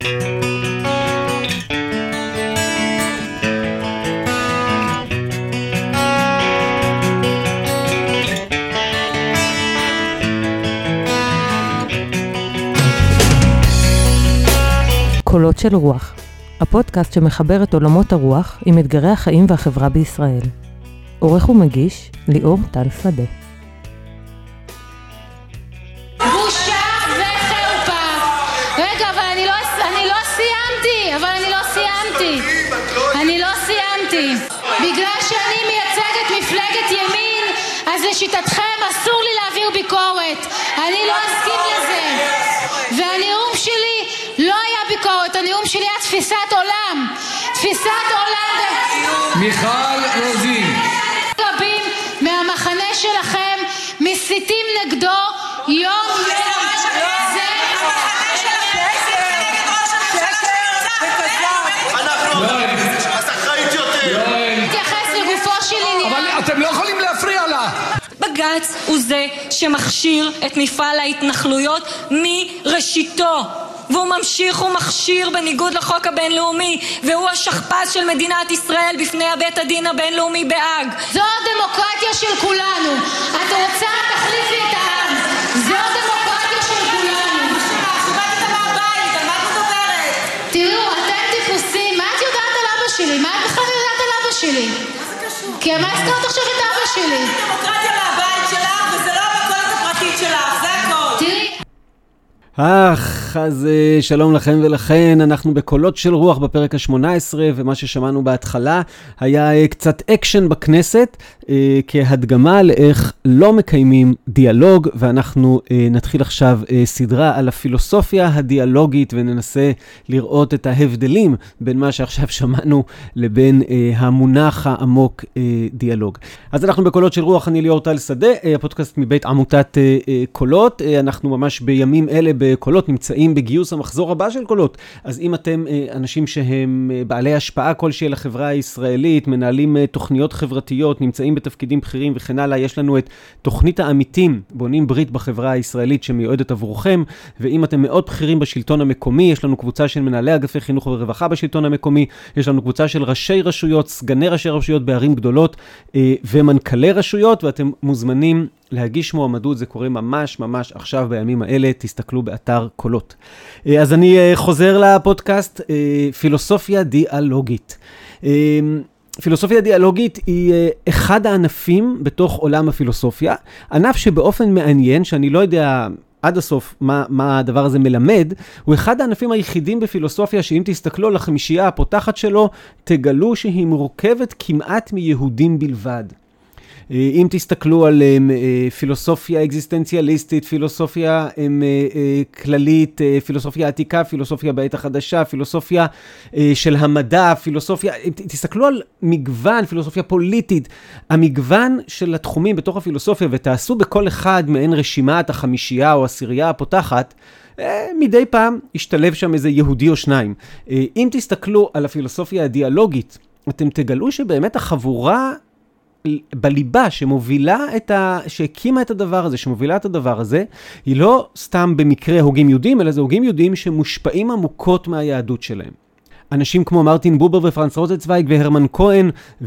קולות של רוח, הפודקאסט שמחבר את עולמות הרוח עם אתגרי החיים והחברה בישראל. עורך ומגיש, ליאור טל שדה. בושה וחרפה. רגע, אבל אני לא סיימתי. בגלל שאני מייצגת מפלגת ימין, אז לשיטתכם אסור לי להעביר ביקורת. אני לא אסכים לזה. והנאום שלי לא היה ביקורת, הנאום שלי היה תפיסת עולם. מיכל רוזין. רבים מהמחנה שלכם מסיתים נגדו יום. תתייחס לגופו של עניין. אבל אתם לא יכולים להפריע לה. בג"ץ הוא זה שמכשיר את מפעל ההתנחלויות מראשיתו, והוא ממשיך ומכשיר בניגוד לחוק הבינלאומי, והוא השכפ"ץ של מדינת ישראל בפני בית הדין הבינלאומי בהאג. זו הדמוקרטיה של כולנו. את רוצה תחליפי את העם. זו הדמוקרטיה של כולנו. שבאת מהבית, על מה את מדברת? תראו, אתם טיפוסים. מה את יודעת על אבא שלי? מה את בכלל יודעת על אבא שלי? מה זה קשור? כי מה הזכרת עכשיו את אבא שלי? דמוקרטיה מהבית שלך, וזה לא המכולת הפרטית שלך, זה הכל. תראי. אז שלום לכם ולכן, אנחנו בקולות של רוח בפרק ה-18, ומה ששמענו בהתחלה היה קצת אקשן בכנסת, כהדגמה לאיך לא מקיימים דיאלוג, ואנחנו נתחיל עכשיו סדרה על הפילוסופיה הדיאלוגית, וננסה לראות את ההבדלים בין מה שעכשיו שמענו לבין המונח העמוק דיאלוג. אז אנחנו בקולות של רוח, אני ליאור טל שדה, הפודקאסט מבית עמותת קולות, אנחנו ממש בימים אלה בקולות נמצאים בגיוס המחזור הבא של קולות. אז אם אתם אנשים שהם בעלי השפעה כלשהי לחברה הישראלית, מנהלים תוכניות חברתיות, נמצאים בתפקידים בכירים וכן הלאה, יש לנו את תוכנית העמיתים, בונים ברית בחברה הישראלית שמיועדת עבורכם, ואם אתם מאוד בכירים בשלטון המקומי, יש לנו קבוצה של מנהלי אגפי חינוך ורווחה בשלטון המקומי, יש לנו קבוצה של ראשי רשויות, סגני ראשי רשויות בערים גדולות, ומנכ"לי רשויות, ואתם מוזמנים להגיש מועמדות, זה קורה ממש עכשיו בימים האלה, תסתכלו באתר קולות. אז אני חוזר לפודקאסט, פילוסופיה דיאלוגית. פילוסופיה דיאלוגית היא אחד הענפים בתוך עולם הפילוסופיה, ענף שבאופן מעניין, שאני לא יודע עד הסוף מה הדבר הזה מלמד, הוא אחד הענפים היחידים בפילוסופיה, שאם תסתכלו על החמישייה הפותחת שלו, תגלו שהיא מורכבת כמעט מיהודים בלבד. אם תסתכלו על פילוסופיה אקזיסטנציאליסטית, פילוסופיה כללית, פילוסופיה עתיקה, פילוסופיה בעת החדשה, פילוסופיה של המדע, תסתכלו על מגוון, פילוסופיה פוליטית, המגוון של התחומים בתוך הפילוסופיה, ותעשו בכל אחד מעין רשימת החמישייה או עשירייה הפותחת, מדי פעם ישתלב שם איזה יהודי או שניים. אם תסתכלו על הפילוסופיה הדיאלוגית, אתם תגלו שבאמת החבורה בליבה שהקימה את הדבר הזה, שמובילה את הדבר הזה, היא לא סתם במקרה הוגים יהודים, אלא זה הוגים יהודים שמושפעים עמוקות מהיהדות שלהם. אנשים כמו מרטין בובר ופרנץ רוזנצוויג והרמן כהן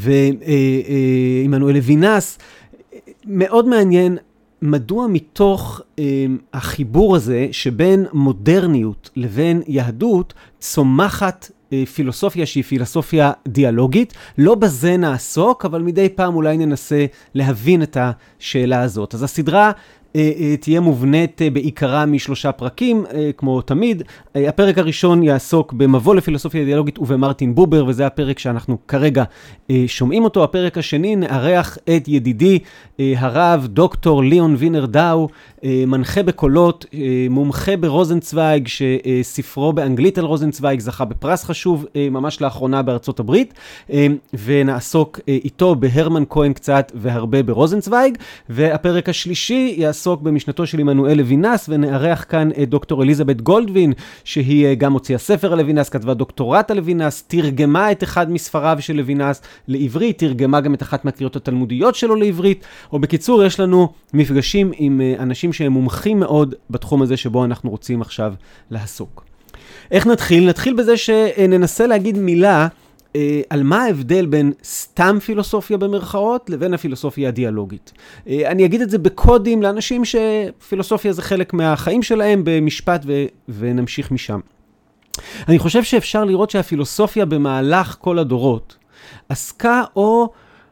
ועמנואל לוינס, מאוד מעניין מדוע מתוך החיבור הזה שבין מודרניות לבין יהדות צומחת פילוסופיה שהיא פילוסופיה דיאלוגית. לא בזה נעסוק, אבל מדי פעם אולי ננסה להבין את השאלה הזאת. אז הסדרה תהיה מובנית בעיקרה מ3 פרקים, כמו תמיד. הפרק הראשון יעסוק במבוא לפילוסופיה דיאלוגית ובמרטין בובר, וזה הפרק שאנחנו כרגע שומעים אותו. הפרק השני נארח את ידידי הרב דוקטור ליאון וינר דאו, מנחה בקולות, מומחה ברוזנצוויג, שספרו באנגלית על רוזנצוויג זכה בפרס חשוב ממש לאחרונה בארצות הברית, ונעסוק איתו בהרמן כהן קצת והרבה ברוזנצוויג. והפרק השלישי יעסוק במשנתו של עמנואל לוינס, ונארח כאן את דוקטור אליזבת גולדווין, שהיא גם הוציאה ספר על לוינס, כתבה דוקטורט על לוינס, תרגמה את אחד מספריו של לוינס לעברית, תרגמה גם את אחת מהקריאות התלמודיות שלו לעברית, או בקיצור יש לנו מפגשים עם אנשים שהם מומחים מאוד בתחום הזה שבו אנחנו רוצים עכשיו לעסוק. איך נתחיל? נתחיל בזה שננסה להגיד מילה על מה ההבדל בין סתם פילוסופיה במרכאות לבין הפילוסופיה הדיאלוגית. אני אגיד את זה בקודים לאנשים שפילוסופיה זה חלק מהחיים שלהם במשפט ונמשיך משם. אני חושב שאפשר לראות שהפילוסופיה במהלך כל הדורות עסקה או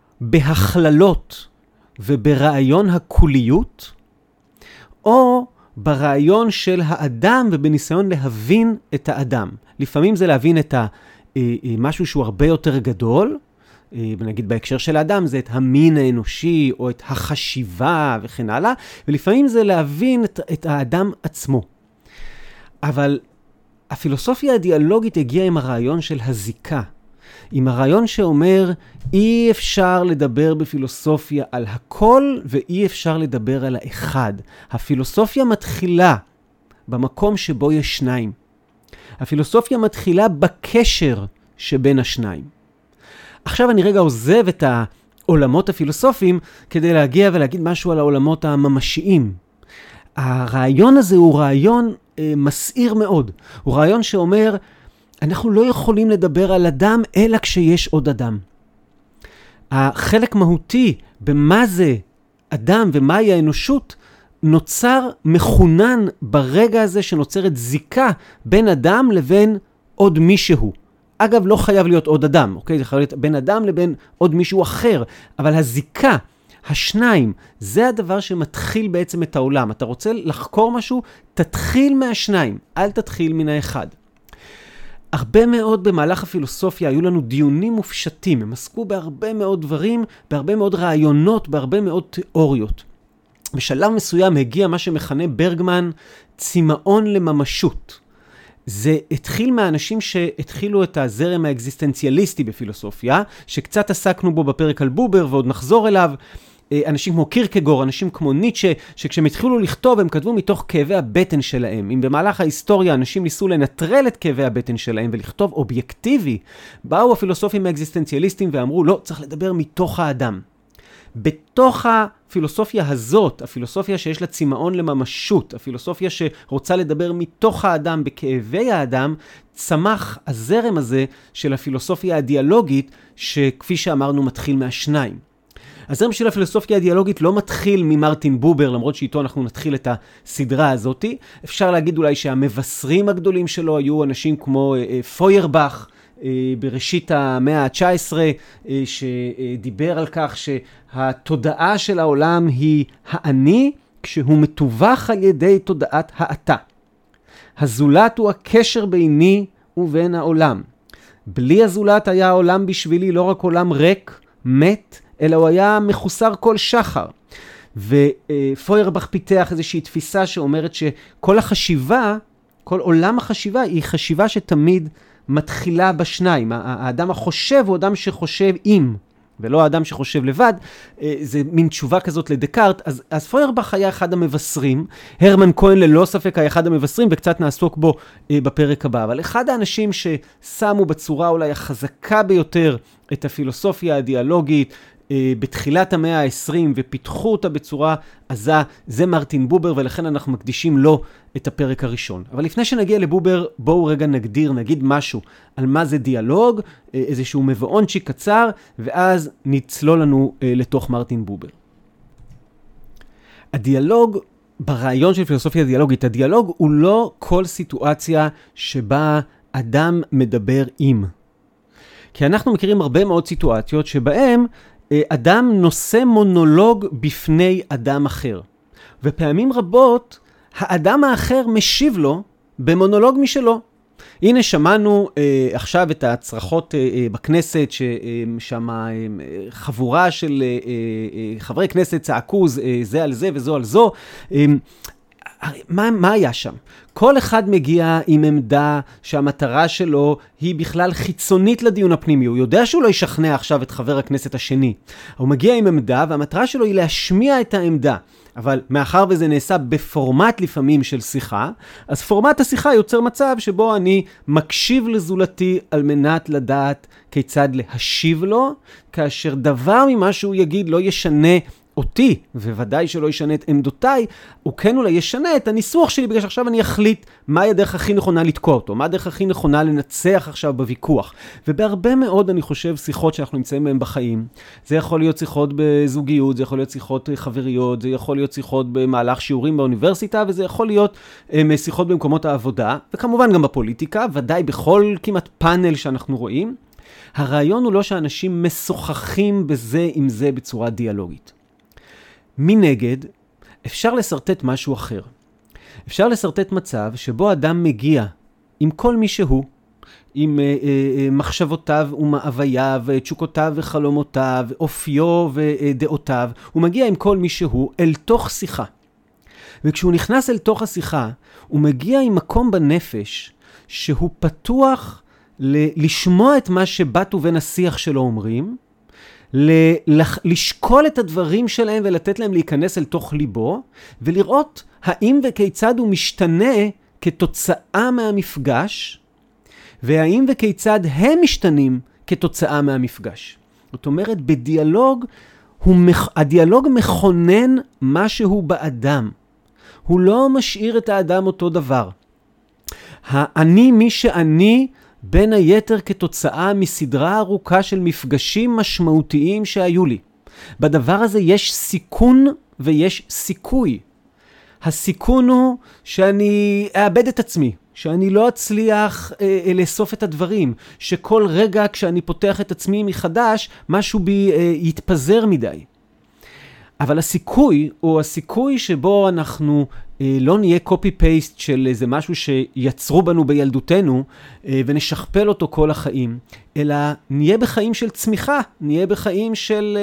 בהכללות וברעיון הקוליות, או ברעיון של האדם ובניסיון להבין את האדם. לפעמים זה להבין את משהו שהוא הרבה יותר גדול, נגיד בהקשר של האדם זה את המין האנושי או את החשיבה וכן הלאה, ולפעמים זה להבין את האדם עצמו. אבל הפילוסופיה הדיאלוגית הגיעה עם הרעיון של הזיקה, עם הרעיון שאומר אי אפשר לדבר בפילוסופיה על הכל ואי אפשר לדבר על האחד. הפילוסופיה מתחילה במקום שבו יש שניים. הפילוסופיה מתחילה בקשר שבין השניים. עכשיו אני רגע עוזב את העולמות הפילוסופיים כדי להגיע ולהגיד משהו על העולמות הממשיים. הרעיון הזה הוא רעיון מסעיר מאוד. הוא רעיון שאומר אנחנו לא יכולים לדבר על אדם אלא כשיש עוד אדם. החלק מהותי במה זה אדם ומהי האנושות נוצר מכונן ברגע הזה שנוצרת זיקה בין אדם לבין עוד מישהו. אגב, לא חייב להיות עוד אדם, אוקיי? זה חייב להיות בין אדם לבין עוד מישהו אחר, אבל הזיקה, השניים, זה הדבר שמתחיל בעצם את העולם. אתה רוצה לחקור משהו, תתחיל מהשניים, אל תתחיל מן האחד. הרבה מאוד במהלך הפילוסופיה היו לנו דיונים מופשטים, הם עסקו בהרבה מאוד דברים, בהרבה מאוד רעיונות, בהרבה מאוד תיאוריות. בשלב מסוים הגיע מה שמכנה ברגמן צמאון לממשות. זה התחיל מהאנשים שהתחילו את הזרם האקזיסטנציאליסטי בפילוסופיה, שקצת עסקנו בו בפרק על בובר ועוד נחזור אליו. אנשים כמו קירקגור, אנשים כמו ניטשה, שכשהם התחילו לכתוב הם כתבו מתוך כאבי הבטן שלהם. אם במהלך ההיסטוריה אנשים ניסו לנטרל את כאבי הבטן שלהם ולכתוב אובייקטיבי, באו הפילוסופים האקזיסטנציאליסטים ואמרו לא, צריך לדבר מתוך האדם. בתוך הפילוסופיה הזאת, הפילוסופיה שיש לה צמאון לממשות, הפילוסופיה שרוצה לדבר מתוך האדם בכאבי האדם, צמח הזרם הזה של הפילוסופיה הדיאלוגית, שכפי שאמרנו מתחיל מהשניים. הזרם של הפילוסופיה הדיאלוגית לא מתחיל ממרטין בובר, למרות שאיתו אנחנו נתחיל את הסדרה הזאת. אפשר להגיד אולי שהמבשרים הגדולים שלו היו אנשים כמו פוירבך, בראשית המאה ה-19, שדיבר על כך שהתודעה של העולם היא האני, כשהוא מתווך על ידי תודעת האתה. הזולת הוא הקשר ביני ובין העולם. בלי הזולת היה העולם בשבילי לא רק עולם ריק, מת, אלא הוא היה מחוסר כל שחר. ופוירבך פיתח איזושהי תפיסה שאומרת שכל החשיבה, כל עולם החשיבה היא חשיבה שתמיד מתחילה בשניים. האדם החושב הוא אדם שחושב עם, ולא האדם שחושב לבד. זה מין תשובה כזאת לדקארט. אז פוירבך היה אחד המבשרים. הרמן כהן ללא ספק היה אחד המבשרים, וקצת נעסוק בו בפרק הבא. אבל אחד האנשים ששמו בצורה אולי החזקה ביותר את הפילוסופיה הדיאלוגית, בתחילת המאה ה-20 ופיתחו אותה בצורה עזה, זה מרטין בובר, ולכן אנחנו מקדישים לו את הפרק הראשון. אבל לפני שנגיע לבובר, בואו רגע נגיד משהו על מה זה דיאלוג, איזשהו מבואונצ'יק קצר, ואז נצלול לנו לתוך מרטין בובר. הדיאלוג, ברעיון של פילוסופיה דיאלוגית, הדיאלוג הוא לא כל סיטואציה שבה אדם מדבר עם. כי אנחנו מכירים הרבה מאוד סיטואציות שבהם אדם נושא מונולוג בפני אדם אחר. ופעמים רבות, האדם האחר משיב לו במונולוג משלו. הנה שמענו עכשיו את הצרחות בכנסת, ששם חבורה של חברי כנסת צעקו זה על זה וזו על זו. מה היה שם? כל אחד מגיע עם עמדה שהמטרה שלו היא בכלל חיצונית לדיון הפנימי. הוא יודע שהוא לא ישכנע עכשיו את חבר הכנסת השני. הוא מגיע עם עמדה והמטרה שלו היא להשמיע את העמדה. אבל מאחר וזה נעשה בפורמט לפעמים של שיחה, אז פורמט השיחה יוצר מצב שבו אני מקשיב לזולתי על מנת לדעת כיצד להשיב לו, כאשר דבר ממה שהוא יגיד לא ישנה אותי, וודאי שלא ישנה את עמדותיי, הוא כן אולי ישנה את הניסוח שלי, בגלל שעכשיו אני אחליט מהי הדרך הכי נכונה לתקוע אותו, מה הדרך הכי נכונה לנצח עכשיו בוויכוח. ובהרבה מאוד, אני חושב, שיחות שאנחנו נמצאים בהם בחיים, זה יכול להיות שיחות בזוגיות, זה יכול להיות שיחות חבריות, זה יכול להיות שיחות במהלך שיעורים באוניברסיטה, וזה יכול להיות שיחות במקומות העבודה, וכמובן גם בפוליטיקה, ודאי בכל כמעט פאנל שאנחנו רואים. הרעיון הוא לא שאנשים משוחחים בזה עם זה בצורה דיאלוגית. מנגד, אפשר לסרטט משהו אחר. אפשר לסרטט מצב שבו אדם מגיע עם כל מי שהוא, עם מחשבותיו ומאווייו, תשוקותיו וחלומותיו, אופיו ודעותיו, הוא מגיע עם כל מי שהוא אל תוך שיחה. וכשהוא נכנס אל תוך השיחה, הוא מגיע עם מקום בנפש שהוא פתוח לשמוע את מה שבת ובן השיח שלו אומרים, לשקול את הדברים שלהם ולתת להם להיכנס אל תוך ליבו, ולראות האם וכיצד הוא משתנה כתוצאה מהמפגש, והאם וכיצד הם משתנים כתוצאה מהמפגש. זאת אומרת, בדיאלוג, הדיאלוג מכונן משהו באדם. הוא לא משאיר את האדם אותו דבר. אני מי שאני, בין היתר כתוצאה מסדרה ארוכה של מפגשים משמעותיים שהיו לי. בדבר הזה יש סיכון ויש סיכוי. הסיכון הוא שאני אאבד את עצמי, שאני לא אצליח לאסוף את הדברים, שכל רגע כשאני פותח את עצמי מחדש, משהו בי יתפזר מדי. אבל הסיכוי, או הסיכוי שבו אנחנו לא נהיה copy-paste של איזה משהו שיצרו בנו בילדותנו, ונשכפל אותו כל החיים, אלא נהיה בחיים של צמיחה, נהיה בחיים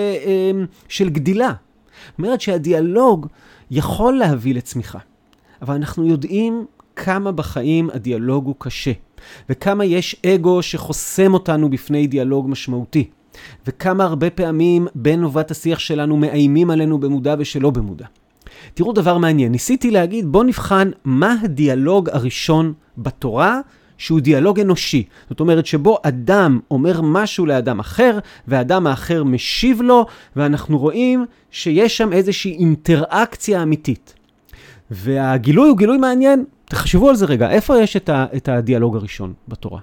של גדילה. זאת אומרת שהדיאלוג יכול להביא לצמיחה, אבל אנחנו יודעים כמה בחיים הדיאלוג הוא קשה, וכמה יש אגו שחוסם אותנו בפני דיאלוג משמעותי. וכמה הרבה פעמים בין נובת השיח שלנו מאיימים עלינו במודע ושלא במודע. תראו דבר מעניין, ניסיתי להגיד בוא נבחן מה הדיאלוג הראשון בתורה שהוא דיאלוג אנושי. זאת אומרת שבו אדם אומר משהו לאדם אחר והאדם האחר משיב לו, ואנחנו רואים שיש שם איזושהי אינטראקציה אמיתית. והגילוי הוא גילוי מעניין, תחשבו על זה רגע, איפה יש את הדיאלוג הראשון בתורה?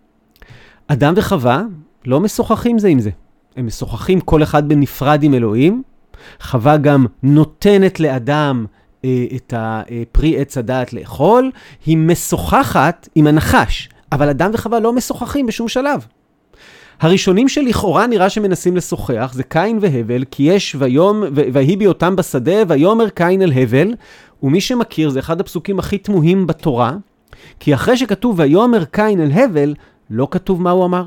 אדם וחווה לא משוחחים זה עם זה. הם משוחחים כל אחד בנפרד עם אלוהים. חווה גם נותנת לאדם את פרי עץ הדעת לאכול. היא משוחחת עם הנחש. אבל אדם וחווה לא משוחחים בשום שלב. הראשונים שלכאורה נראה שמנסים לשוחח זה קין והבל, כי יש ויהי בהיותם בשדה ויאמר קין אל הבל, ומי שמכיר זה אחד הפסוקים הכי תמוהים בתורה, כי אחרי שכתוב ויאמר קין אל הבל, לא כתוב מה הוא אמר.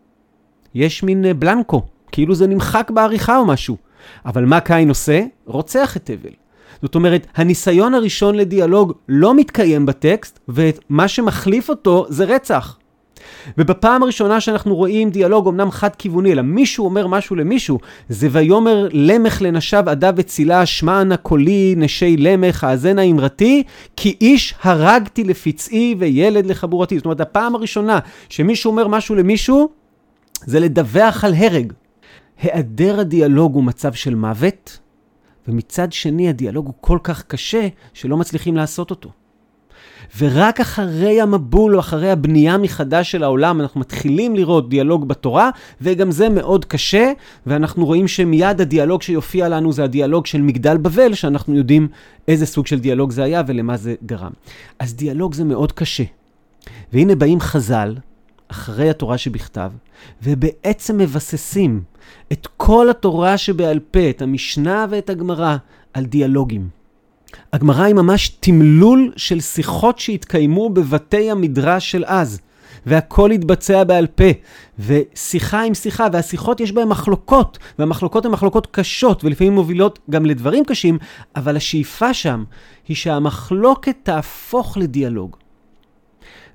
יש מין בלנקו, כאילו זה נמחק בעריכה או משהו. אבל מה קין עושה? רוצח את הבל. זאת אומרת, הניסיון הראשון לדיאלוג לא מתקיים בטקסט, ומה שמחליף אותו זה רצח. ובפעם הראשונה שאנחנו רואים דיאלוג אמנם חד כיווני, אלא מישהו אומר משהו למישהו, זה ויאמר למך לנשב עדה וצילה, שמענה קולי נשי למך, האזנה אמרתי, כי איש הרגתי לפצעי וילד לחבורתי. זאת אומרת, הפעם הראשונה שמישהו אומר משהו למישהו, זה לדווח על הרג. היעדר הדיאלוג הוא מצב של מוות, ומצד שני הדיאלוג הוא כל כך קשה שלא מצליחים לעשות אותו. ורק אחרי המבול או אחרי הבנייה מחדש של העולם אנחנו מתחילים לראות דיאלוג בתורה, וגם זה מאוד קשה, ואנחנו רואים שמיד הדיאלוג שיופיע לנו זה הדיאלוג של מגדל בבל, שאנחנו יודעים איזה סוג של דיאלוג זה היה ולמה זה גרם. אז דיאלוג זה מאוד קשה. והנה באים חז"ל, אחרי התורה שבכתב, ובעצם מבססים את כל התורה שבעל פה, את המשנה ואת הגמרא, על דיאלוגים. הגמרא היא ממש תמלול של שיחות שהתקיימו בבתי המדרש של אז, והכל התבצע בעל פה, ושיחה עם שיחה, והשיחות יש בהן מחלוקות, והמחלוקות הן מחלוקות קשות, ולפעמים מובילות גם לדברים קשים, אבל השאיפה שם היא שהמחלוקת תהפוך לדיאלוג.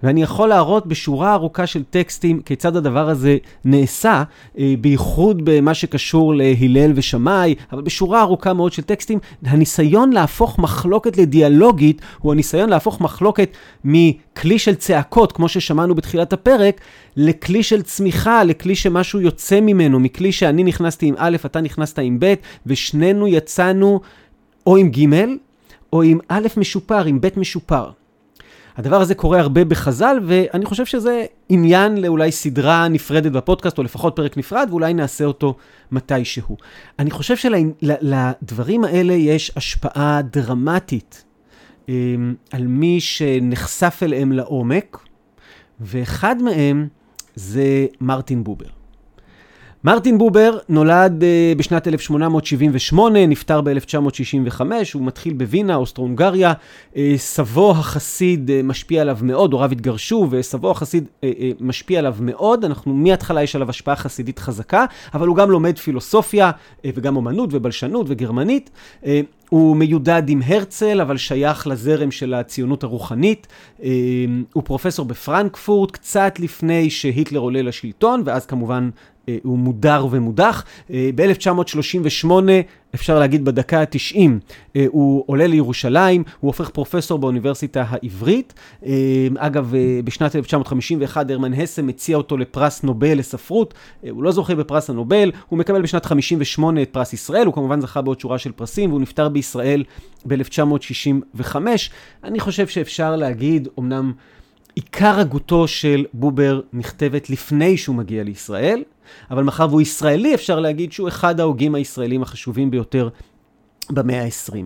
ואני יכול להראות בשורה ארוכה של טקסטים כיצד הדבר הזה נעשה, בייחוד במה שקשור להלל ושמאי, אבל בשורה ארוכה מאוד של טקסטים, הניסיון להפוך מחלוקת לדיאלוגית, הוא הניסיון להפוך מחלוקת מכלי של צעקות, כמו ששמענו בתחילת הפרק, לכלי של צמיחה, לכלי שמשהו יוצא ממנו, מכלי שאני נכנסתי עם א', אתה נכנסת עם ב', ושנינו יצאנו או עם ג' או עם א' משופר, עם ב' משופר. הדבר הזה קורה הרבה בחז"ל, ואני חושב שזה עניין לאולי סדרה נפרדת בפודקאסט, או לפחות פרק נפרד, ואולי נעשה אותו מתישהו. אני חושב שלדברים האלה יש השפעה דרמטית על מי שנחשף אליהם לעומק, ואחד מהם זה מרטין בובר. מרטין בובר נולד בשנת 1878, נפטר ב-1965, הוא מתחיל בווינה, אוסטרו-הונגריה. סבו החסיד משפיע עליו מאוד, הוריו התגרשו, וסבו החסיד משפיע עליו מאוד. אנחנו מההתחלה יש עליו השפעה חסידית חזקה, אבל הוא גם לומד פילוסופיה, וגם אומנות ובלשנות וגרמנית. הוא מיודד עם הרצל, אבל שייך לזרם של הציונות הרוחנית. הוא פרופסור בפרנקפורט, קצת לפני שהיטלר עולה לשלטון, ואז כמובן הוא מודר ומודח. ב-1938, אפשר להגיד בדקה ה-90, הוא עולה לירושלים, הוא הופך פרופסור באוניברסיטה העברית. אגב, בשנת 1951, הרמן הסה מציע אותו לפרס נובל לספרות. הוא לא זוכה בפרס הנובל, הוא מקבל בשנת 58 את פרס ישראל, הוא כמובן זכה בעוד שורה של פרסים, והוא נפטר בישראל ב-1965. אני חושב שאפשר להגיד, אמנם עיקר הגותו של בובר נכתבת לפני שהוא מגיע לישראל, אבל מאחר והוא ישראלי, אפשר להגיד שהוא אחד ההוגים הישראלים החשובים ביותר במאה ה-20.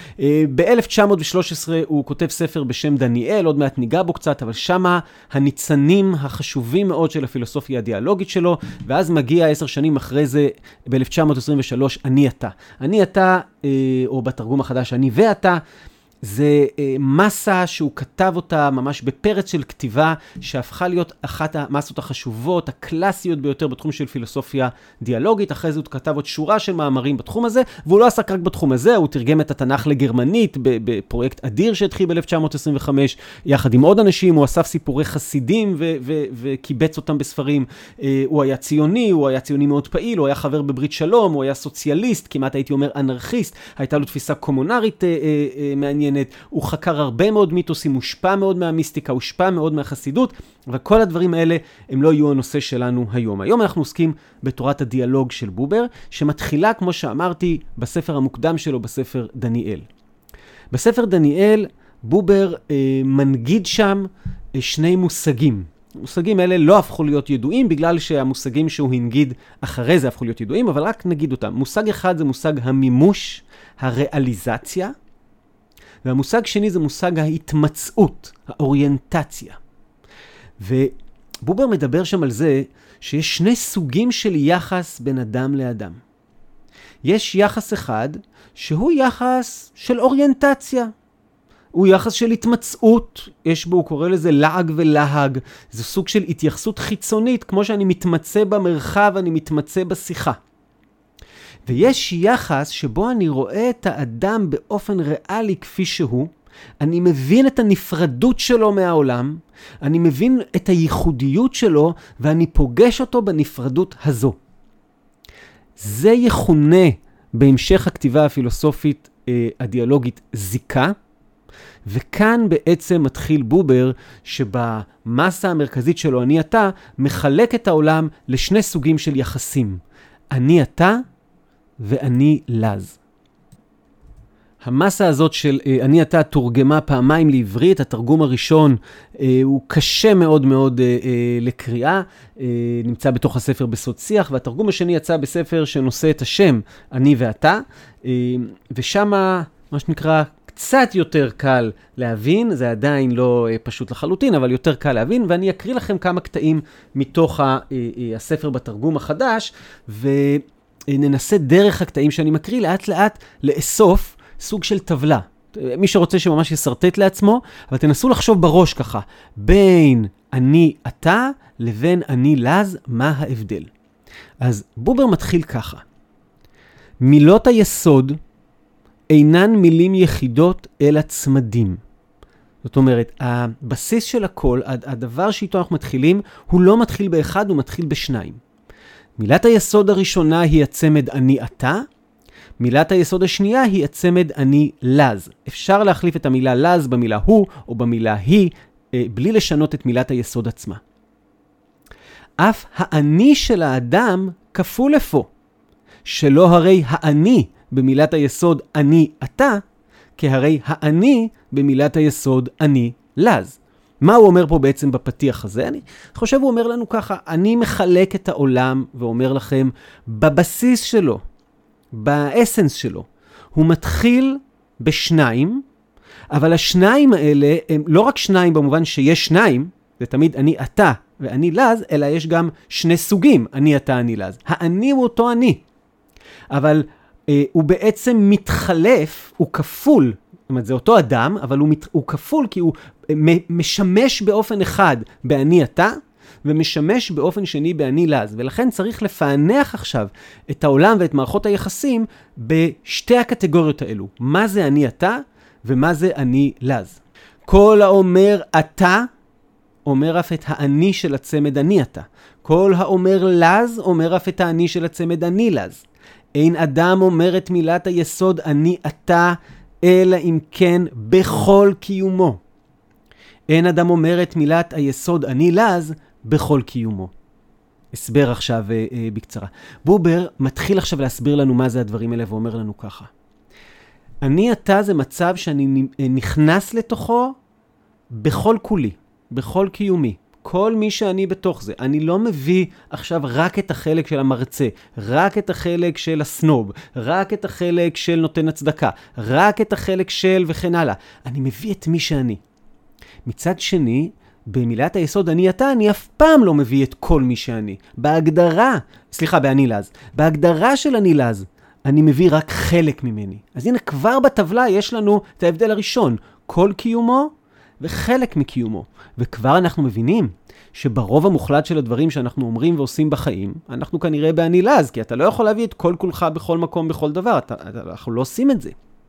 ב-1913 הוא כותב ספר בשם דניאל, עוד מעט ניגע בו קצת, אבל שמה הניצנים החשובים מאוד של הפילוסופיה הדיאלוגית שלו, ואז מגיע 10 שנים אחרי זה, ב-1923, אני אתה. אני אתה, או בתרגום החדש, אני ואתה, זה מסה שהוא כתב אותה ממש בפרץ של כתיבה, שהפכה להיות אחת המסות החשובות, הקלאסיות ביותר בתחום של פילוסופיה דיאלוגית. אחרי זה הוא כתב עוד שורה של מאמרים בתחום הזה, והוא לא עסק רק בתחום הזה, הוא תרגם את התנ"ך לגרמנית בפרויקט אדיר שהתחיל ב-1925, יחד עם עוד אנשים. הוא אסף סיפורי חסידים וקיבץ אותם בספרים. הוא היה ציוני, הוא היה ציוני מאוד פעיל, הוא היה חבר בברית שלום, הוא היה סוציאליסט, כמעט הייתי אומר אנרכיסט, הייתה לו תפיסה קומונרית מעניינת. הוא חקר הרבה מאוד מיתוסים, הוא הושפע מאוד מהמיסטיקה, הוא הושפע מאוד מהחסידות, וכל הדברים האלה הם לא יהיו הנושא שלנו היום. היום אנחנו עוסקים בתורת הדיאלוג של בובר, שמתחילה, כמו שאמרתי, בספר המוקדם שלו, בספר דניאל. בספר דניאל, בובר מנגיד שם שני מושגים. המושגים האלה לא הפכו להיות ידועים, בגלל שהמושגים שהוא הנגיד אחרי זה הפכו להיות ידועים, אבל רק נגיד אותם. מושג אחד זה מושג המימוש, הריאליזציה, והמושג שני זה מושג ההתמצאות, האוריינטציה. ובובר מדבר שם על זה שיש שני סוגים של יחס בין אדם לאדם. יש יחס אחד שהוא יחס של אוריינטציה. הוא יחס של התמצאות, יש בו, הוא קורא לזה לעג ולהג. זה סוג של התייחסות חיצונית, כמו שאני מתמצא במרחב, אני מתמצא בשיחה. ויש יחס שבו אני רואה את האדם באופן ריאלי כפי שהוא, אני מבין את הנפרדות שלו מהעולם, אני מבין את הייחודיות שלו, ואני פוגש אותו בנפרדות הזו. זה יכונה בהמשך הכתיבה הפילוסופית הדיאלוגית זיקה, וכאן בעצם מתחיל בובר שבמסה המרכזית שלו, אני אתה, מחלק את העולם לשני סוגים של יחסים. אני אתה ואני לז. המסה הזאת של אני אתה תורגמה פעמיים לעברית. התרגום הראשון הוא קשה מאוד מאוד לקריאה, נמצא בתוך הספר בסוד שיח, והתרגום השני יצא בספר שנושא את השם אני ואתה, ושם מה שנקרא קצת יותר קל להבין, זה עדיין לא פשוט לחלוטין, אבל יותר קל להבין, ואני אקריא לכם כמה קטעים מתוך הספר בתרגום החדש, וננסה דרך הקטעים שאני מקריא לאט לאט לאסוף סוג של טבלה. מי שרוצה שממש יסרטט לעצמו, אבל תנסו לחשוב בראש ככה, בין אני אתה לבין אני לז, מה ההבדל? אז בובר מתחיל ככה. מילות היסוד אינן מילים יחידות אלא צמדים. זאת אומרת, הבסיס של הכל, הדבר שאיתו אנחנו מתחילים, הוא לא מתחיל באחד, הוא מתחיל בשניים. מילת היסוד הראשונה היא הצמד אני אתה, מילת היסוד השנייה היא הצמד אני לז. אפשר להחליף את המילה לז במילה הוא או במילה היא, בלי לשנות את מילת היסוד עצמה. אף האני של האדם כפול אפוא, שלא הרי האני במילת היסוד אני אתה, כהרי האני במילת היסוד אני לז. מה הוא אומר פה בעצם בפתיח הזה? אני חושב הוא אומר לנו ככה, אני מחלק את העולם ואומר לכם, בבסיס שלו, באסנס שלו, הוא מתחיל בשניים, אבל השניים האלה הם לא רק שניים במובן שיש שניים, זה תמיד אני אתה ואני לז, אלא יש גם שני סוגים, אני אתה, אני לז. האני הוא אותו אני, אבל הוא בעצם מתחלף, הוא כפול, זאת אומרת, זה אותו אדם, אבל הוא כפול כי הוא משמש באופן אחד באני אתה, ומשמש באופן שני באני לז. ולכן צריך לפענח עכשיו את העולם ואת מערכות היחסים בשתי הקטגוריות האלו. מה זה אני אתה ומה זה אני לז. כל האומר אתה, אומר אף את האני של הצמד אני אתה. כל האומר לז, אומר אף את האני של הצמד אני לז. אין אדם אומר את מילת היסוד אני אתה, אלא אם כן בכל קיומו. אין אדם אומר את מילת היסוד אני לז בכל קיומו. הסבר עכשיו בקצרה. בובר מתחיל עכשיו להסביר לנו מה זה הדברים האלה ואומר לנו ככה. אני אתה זה מצב שאני נכנס לתוכו בכל כולי, בכל קיומי. כל מי שאני בתוך זה. אני לא מביא עכשיו רק את החלק של המרצה, רק את החלק של הסנוב, רק את החלק של נותן הצדקה, רק את החלק של וכן הלאה. אני מביא את מי שאני. מצד שני, במילת היסוד אני אתה, אני אף פעם לא מביא את כל מי שאני. באני לז. בהגדרה של אני לז, אני מביא רק חלק ממני. אז הנה כבר בטבלה יש לנו את ההבדל הראשון. כל קיומו וחלק מקיומו. וכבר אנחנו מבינים שברוב המוחלט של הדברים שאנחנו אומרים ועושים בחיים, אנחנו כנראה באני לז, כי אתה לא יכול להביא את כל כולך בכל מקום, בכל דבר. אנחנו לא עושים את זה.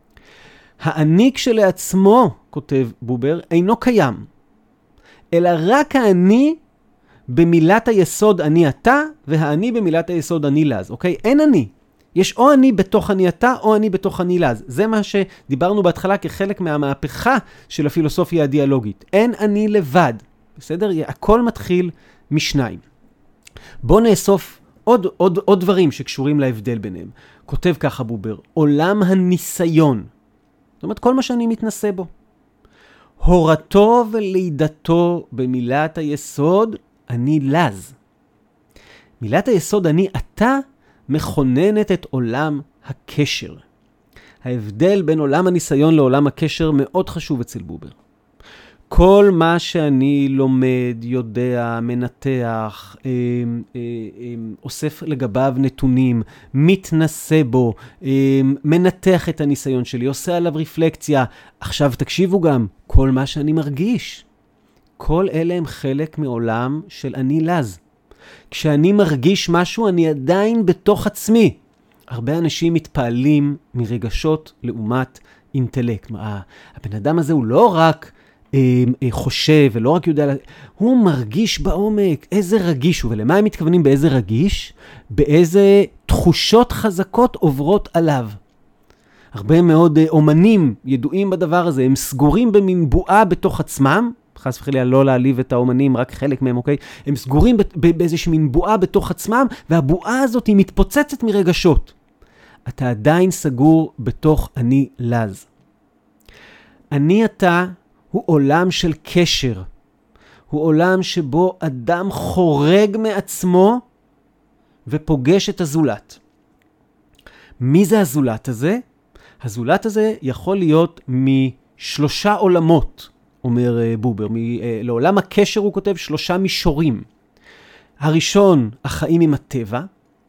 האני כשלעצמו, כותב בובר, אינו קיים. אלא רק האני במילת היסוד אני אתה, והאני במילת היסוד אני לז. אוקיי? אין אני. יש או אני בתוך אני אתה, או אני בתוך אני לז. זה מה שדיברנו בהתחלה כחלק מהמהפכה של הפילוסופיה הדיאלוגית. אין אני לבד. בסדר? הכל מתחיל משניים. בואו נאסוף עוד דברים שקשורים להבדל ביניהם. כותב ככה בובר, עולם הניסיון. זאת אומרת, כל מה שאני מתנסה בו. הורתו ולידתו במילת היסוד, אני לז. מילת היסוד, אני אתה, מכוננת את עולם הקשר. ההבדל בין עולם הניסיון לעולם הקשר מאוד חשוב אצל בובר. כל מה שאני לומד, יודע, מנתח, אוסף לגביו נתונים, מתנסה בו, מנתח את הניסיון שלי, עושה עליו רפלקציה. עכשיו תקשיבו גם, כל מה שאני מרגיש. כל אלה הם חלק מעולם של אני לז. כשאני מרגיש משהו, אני עדיין בתוך עצמי. הרבה אנשים מתפעלים מרגשות לעומת אינטלקט. הבן אדם הזה הוא לא רק חושב ולא רק יודע, הוא מרגיש בעומק. איזה רגיש הוא, ולמה הם מתכוונים באיזה רגיש? באיזה תחושות חזקות עוברות עליו. הרבה מאוד אומנים ידועים בדבר הזה, הם סגורים במין בועה בתוך עצמם, חס וחלילה לא להעליב את האומנים, רק חלק מהם, אוקיי? הם סגורים באיזושהי מין בועה בתוך עצמם, והבועה הזאת היא מתפוצצת מרגשות. אתה עדיין סגור בתוך אני לז. אני אתה הוא עולם של קשר. הוא עולם שבו אדם חורג מעצמו ופוגש את הזולת. מי זה הזולת הזה? הזולת הזה יכול להיות משלושה עולמות, אומר בובר. לעולם הקשר הוא כותב 3 מישורים. הראשון, החיים עם הטבע.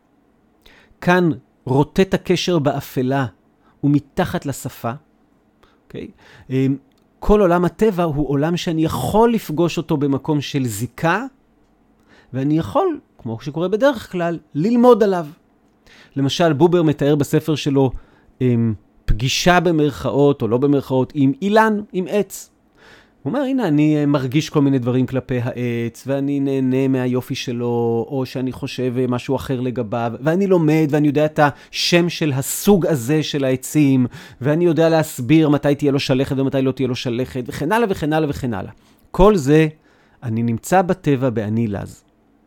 כאן רוטט הקשר באפלה ומתחת לשפה. אוקיי? כל עולם הטבע הוא עולם שאני יכול לפגוש אותו במקום של זיקה, ואני יכול, כמו שקורה בדרך כלל, ללמוד עליו. למשל, בובר מתאר בספר שלו פגישה במרכאות או לא במרכאות עם אילן, עם עץ. הוא אומר, הנה, אני מרגיש כל מיני דברים כלפי העץ, ואני נהנה מהיופי שלו, או שאני חושב משהו אחר לגביו, ואני לומד, ואני יודע את השם של הסוג הזה של העצים, ואני יודע להסביר מתי תהיה לו שלכת ומתי לא תהיה לו שלכת, וכן הלאה וכן הלאה וכן הלאה. כל זה, אני נמצא בטבע באני לז.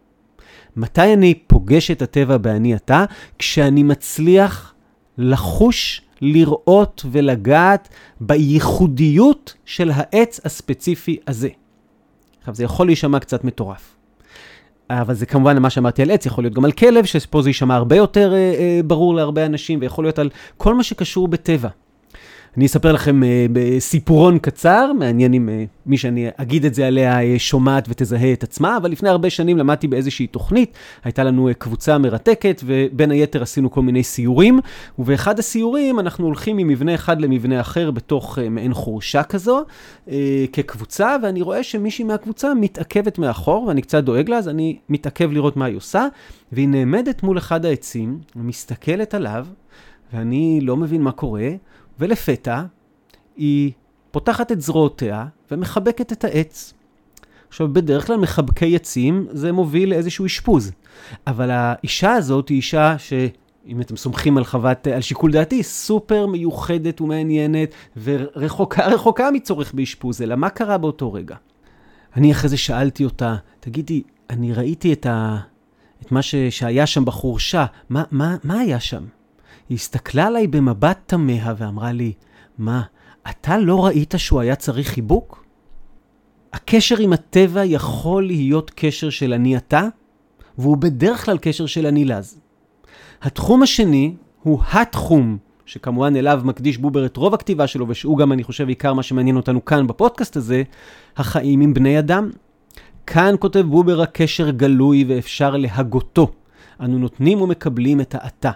מתי אני פוגש את הטבע באני אתה? כשאני מצליח לחוש, לראות ולגעת בייחודיות של העץ הספציפי הזה. עכשיו, זה יכול להישמע קצת מטורף. אבל זה כמובן מה שאמרתי על עץ, יכול להיות גם על כלב, שפה זה יישמע הרבה יותר ברור להרבה אנשים, ויכול להיות על כל מה שקשור בטבע. אני אספר לכם בסיפורון קצר, מעניין אם מי שאני אגיד את זה עליה שומעת ותזהה את עצמה, אבל לפני הרבה שנים למדתי באיזושהי תוכנית, הייתה לנו קבוצה מרתקת, ובין היתר עשינו כל מיני סיורים, ובאחד הסיורים אנחנו הולכים ממבנה אחד למבנה אחר, בתוך מעין חורשה כזו, כקבוצה, ואני רואה שמישהי מהקבוצה מתעכבת מאחור, ואני קצת דואג לה, אז אני מתעכב לראות מה היא עושה, והיא נעמדת מול אחד העצים, ומסתכלת עליו, ואני לא מבין מה קורה, ולפתע היא פותחת את זרועותיה ומחבקת את העץ. עכשיו, בדרך כלל מחבקי עצים זה מוביל לאיזשהו אשפוז. אבל האישה הזאת היא אישה שאם אתם סומכים על שיקול דעתי, סופר מיוחדת ומעניינת ורחוקה מצורך באשפוז. אלא מה קרה באותו רגע? אני אחרי זה שאלתי אותה, תגידי, אני ראיתי את מה שהיה שם בחורשה, מה היה שם? היא הסתכלה עליי במבט תמה ואמרה לי, מה, אתה לא ראית שהוא היה צריך חיבוק? הקשר עם הטבע יכול להיות קשר של אני אתה, והוא בדרך כלל קשר של אני לז. התחום השני הוא התחום, שכמובן אליו מקדיש בובר את רוב הכתיבה שלו, ושהוא גם אני חושב עיקר מה שמעניין אותנו כאן בפודקאסט הזה, החיים עם בני אדם. כאן כותב בובר הקשר גלוי ואפשר להגותו. אנו נותנים ומקבלים את האתה,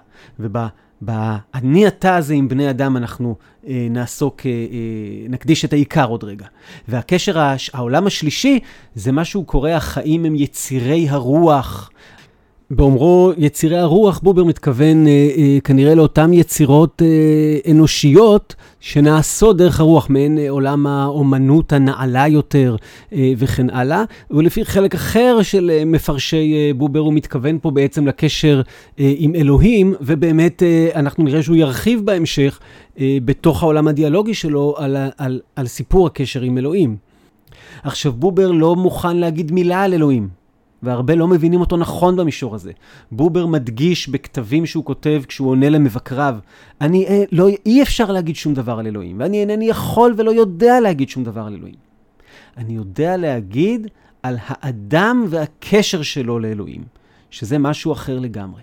באני אתה הזה עם בני אדם אנחנו נקדיש את העיקר עוד רגע. והקשר, העולם השלישי, זה משהו קורא, החיים הם יצירי הרוח. באומרו יצירי הרוח, בובר מתכוון כנראה לאותם יצירות אנושיות שנעשות דרך הרוח, מעין עולם האומנות הנעלה יותר וכן הלאה. ולפי חלק אחר של מפרשי בובר הוא מתכוון פה בעצם לקשר עם אלוהים, ובאמת אנחנו נראה שהוא ירחיב בהמשך בתוך העולם הדיאלוגי שלו על סיפור הקשר עם אלוהים. עכשיו, בובר לא מוכן להגיד מילה על אלוהים. והרבה לא מבינים אותו נכון במישור הזה. בובר מדגיש בכתבים שהוא כותב כשהוא עונה למבקריו, אי אפשר להגיד שום דבר על אלוהים, ואני אינני יכול ולא יודע להגיד שום דבר על אלוהים. אני יודע להגיד על האדם והקשר שלו לאלוהים, שזה משהו אחר לגמרי.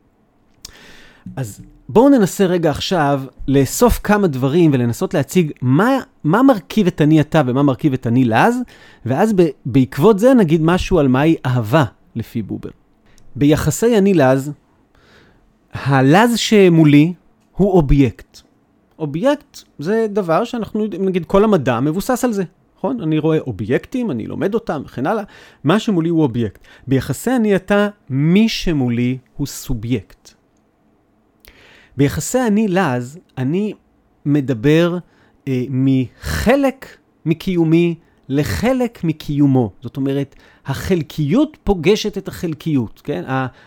אז בואו ננסה רגע עכשיו לאסוף כמה דברים ולנסות להציג מה מרכיב את אני אתה ומה מרכיב את אני לז, ואז בעקבות זה נגיד משהו על מהי אהבה לפי בובר. ביחסי אני לז, הלז שמולי הוא אובייקט. אובייקט זה דבר שאנחנו, נגיד, כל המדע מבוסס על זה. נכון? אני רואה אובייקטים, אני לומד אותם וכן הלאה. מה שמולי הוא אובייקט. ביחסי אני אתה, מי שמולי הוא סובייקט. ביחסי אני לז, אני מדבר מחלק מקיומי לחלק מקיומו. זאת אומרת, החלקיות פוגשת את החלקיות. כן?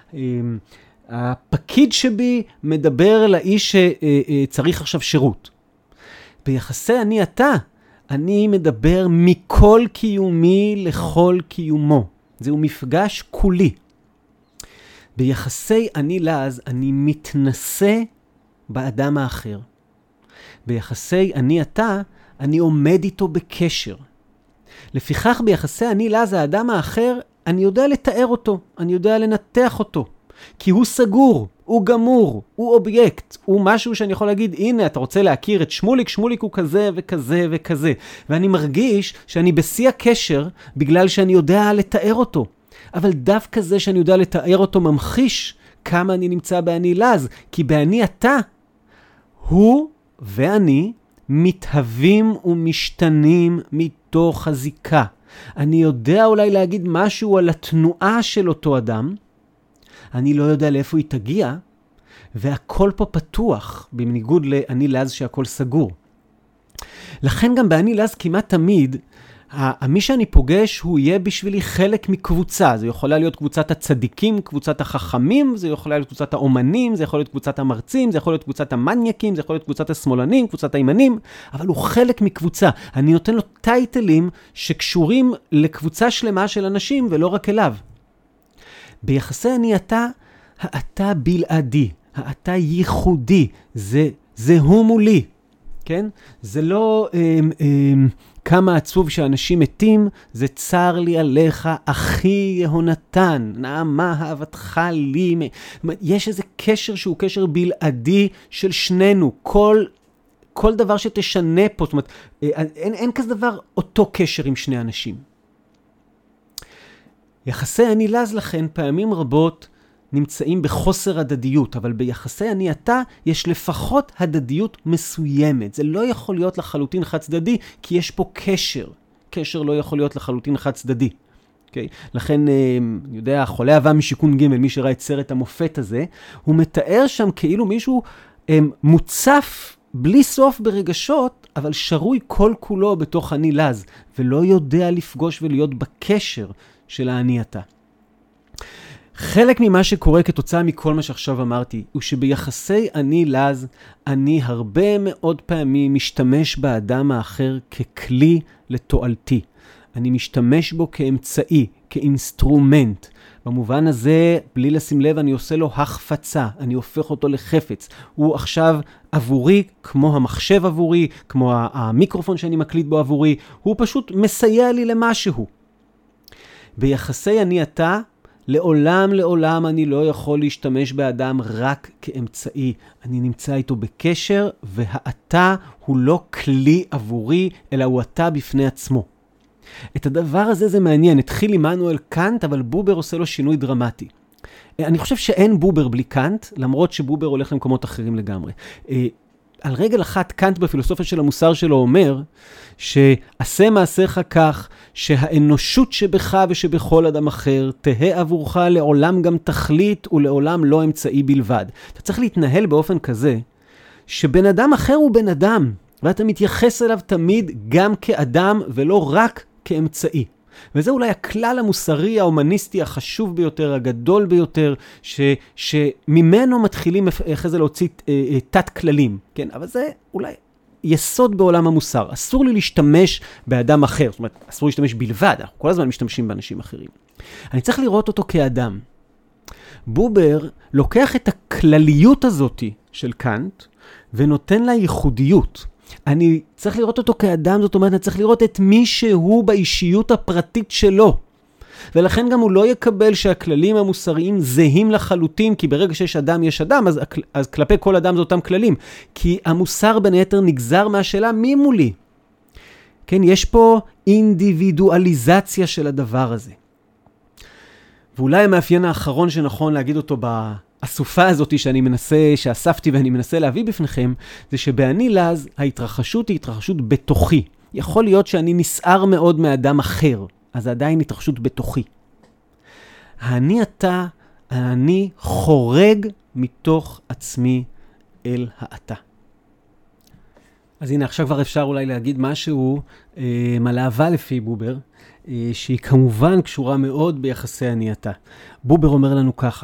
הפקיד שבי מדבר לאיש שצריך עכשיו שירות. ביחסי אני אתה, אני מדבר מכל קיומי לכל קיומו. זהו מפגש כולי. ביחסי אני לז, אני מתנסה באדם האחר. ביחסי אני אתה, אני עומד איתו בקשר. לפיכך ביחסי אני לז, האדם האחר, אני יודע לתאר אותו, אני יודע לנתח אותו. כי הוא סגור, הוא גמור, הוא אובייקט, הוא משהו שאני יכול להגיד, הנה, אתה רוצה להכיר את שמוליק, שמוליק הוא כזה וכזה וכזה. ואני מרגיש שאני בשיא הקשר בגלל שאני יודע לתאר אותו. אבל דווקא זה שאני יודע לתאר אותו ממחיש כמה אני נמצא באני לז, כי באני אתה, הוא ואני מתהווים ומשתנים מתוך הזיקה. אני יודע אולי להגיד משהו על התנועה של אותו אדם, אני לא יודע לאיפה היא תגיע, והכל פה פתוח, בניגוד לאני לז שהכל סגור. לכן גם באני לז כמעט תמיד, מי שאני פוגש הוא יהיה בשבילי חלק מקבוצה. זה יכולה להיות קבוצת הצדיקים, קבוצת החכמים, זה יכולה להיות קבוצת האומנים, זה יכול להיות קבוצת המרצים, זה יכול להיות קבוצת המניאקים, זה יכול להיות קבוצת השמאלנים, קבוצת הימנים, אבל הוא חלק מקבוצה. אני נותן לו טייטלים שקשורים לקבוצה שלמה של אנשים ולא רק אליו. ביחסי אני אתה בלעדי, אתה ייחודי, זה הוא מולי, כן? זה לא כמה עצוב שאנשים מתים, זה צר לי עליך, אחי יהונתן, נעמה אהבתך לי. יש איזה קשר שהוא קשר בלעדי של שנינו, כל דבר שתשנה פה, זאת אומרת, אין כזה דבר אותו קשר עם שני אנשים. יחסי אני לז לכן פעמים רבות נמצאים בחוסר הדדיות, אבל ביחסי אני אתה יש לפחות הדדיות מסוימת. זה לא יכול להיות לחלוטין חד צדדי, כי יש פה קשר. קשר לא יכול להיות לחלוטין חד צדדי. Okay? לכן, אני יודע, חולה אהבה משיקון ג', מי שראה את סרט המופת הזה, הוא מתאר שם כאילו מישהו מוצף בלי סוף ברגשות, אבל שרוי כל כולו בתוך אני לז, ולא יודע לפגוש ולהיות בקשר של האני אתה. חלק ממה שקורה כתוצאה מכל מה שעכשיו אמרתי, הוא שביחסי אני לז, אני הרבה מאוד פעמים משתמש באדם האחר ככלי לתועלתי. אני משתמש בו כאמצעי, כאינסטרומנט. במובן הזה, בלי לשים לב, אני עושה לו החפצה, אני הופך אותו לחפץ. הוא עכשיו עבורי, כמו המחשב עבורי, כמו המיקרופון שאני מקליט בו עבורי, הוא פשוט מסייע לי למשהו. ביחסי אני אתה, לעולם אני לא יכול להשתמש באדם רק כאמצעי. אני נמצא איתו בקשר, והאתה הוא לא כלי עבורי, אלא הוא אתה בפני עצמו. את הדבר הזה זה מעניין. התחיל עמנואל קאנט, אבל בובר עושה לו שינוי דרמטי. אני חושב שאין בובר בלי קאנט, למרות שבובר הולך למקומות אחרים לגמרי. על רגל אחת, קאנט בפילוסופיה של המוסר שלו אומר, שעשה מעשיך כך, שהאנושות שבך ושבכל אדם אחר, תהה עבורך לעולם גם תכלית ולעולם לא אמצעי בלבד. אתה צריך להתנהל באופן כזה, שבן אדם אחר הוא בן אדם, ואתה מתייחס אליו תמיד גם כאדם ולא רק כאמצעי. וזה אולי הכלל המוסרי, ההומניסטי החשוב ביותר, הגדול ביותר, שממנו מתחילים אחרי זה להוציא תת כללים. כן? אבל זה אולי יסוד בעולם המוסר. אסור לי להשתמש באדם אחר. זאת אומרת, אסור להשתמש בלבד. אנחנו כל הזמן משתמשים באנשים אחרים. אני צריך לראות אותו כאדם. בובר לוקח את הכלליות הזאת של קאנט, ונותן לה ייחודיות. אני צריך לראות אותו כאדם, זאת אומרת, אני צריך לראות את מי שהוא באישיות הפרטית שלו. ולכן גם הוא לא יקבל שהכללים המוסריים זהים לחלוטין, כי ברגע שיש אדם יש אדם, אז כלפי כל אדם זה אותם כללים. כי המוסר בין היתר נגזר מהשאלה מי מולי. כן, יש פה אינדיבידואליזציה של הדבר הזה. ואולי המאפיין האחרון שנכון להגיד אותו הסופה הזאת שאספתי ואני מנסה להביא בפניכם, זה שבאני לז ההתרחשות היא התרחשות בתוכי. יכול להיות שאני נסער מאוד מאדם אחר, אז עדיין התרחשות בתוכי. האני אתה, אני חורג מתוך עצמי אל האתה. אז הנה, עכשיו כבר אפשר אולי להגיד משהו על אהבה לפי בובר, שהיא כמובן קשורה מאוד ביחסי אני אתה. בובר אומר לנו ככה,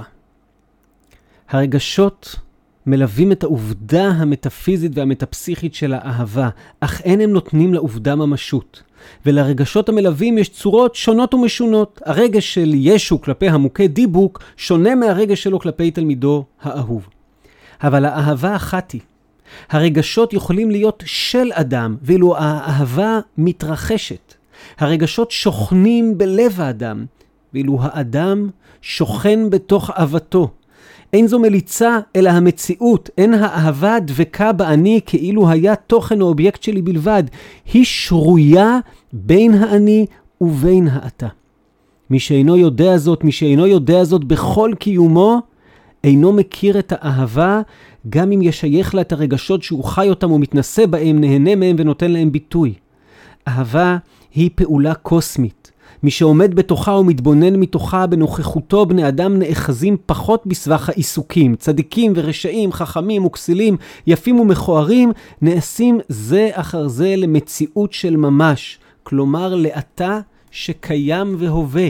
הרגשות מלווים את העובדה המטאפיזית והמטאפסיכית של האהבה, אך אין הם נותנים לעובדה ממשות. ולרגשות המלווים יש צורות שונות ומשונות. הרגש של ישו כלפי המוכה דיבוק שונה מהרגש שלו כלפי תלמידו האהוב. אבל האהבה אחת היא. הרגשות יכולים להיות של אדם, ואילו האהבה מתרחשת. הרגשות שוכנים בלב האדם, ואילו האדם שוכן בתוך אהבתו. אין זו מליצה, אלא המציאות. אין האהבה דבקה באני כאילו היה תוכן או אובייקט שלי בלבד. היא שרויה בין האני ובין האתה. מי שאינו יודע זאת בכל קיומו, אינו מכיר את האהבה, גם אם ישייך לה את הרגשות שהוא חי אותם ומתנסה בהם, נהנה מהם ונותן להם ביטוי. אהבה היא פעולה קוסמית. מי שעומד בתוכה ומתבונן מתוכה בנוכחותו, בני אדם נאחזים פחות בסבך העיסוקים. צדיקים ורשעים, חכמים וכסילים, יפים ומכוערים, נעשים זה אחר זה למציאות של ממש. כלומר לאתה שקיים והווה.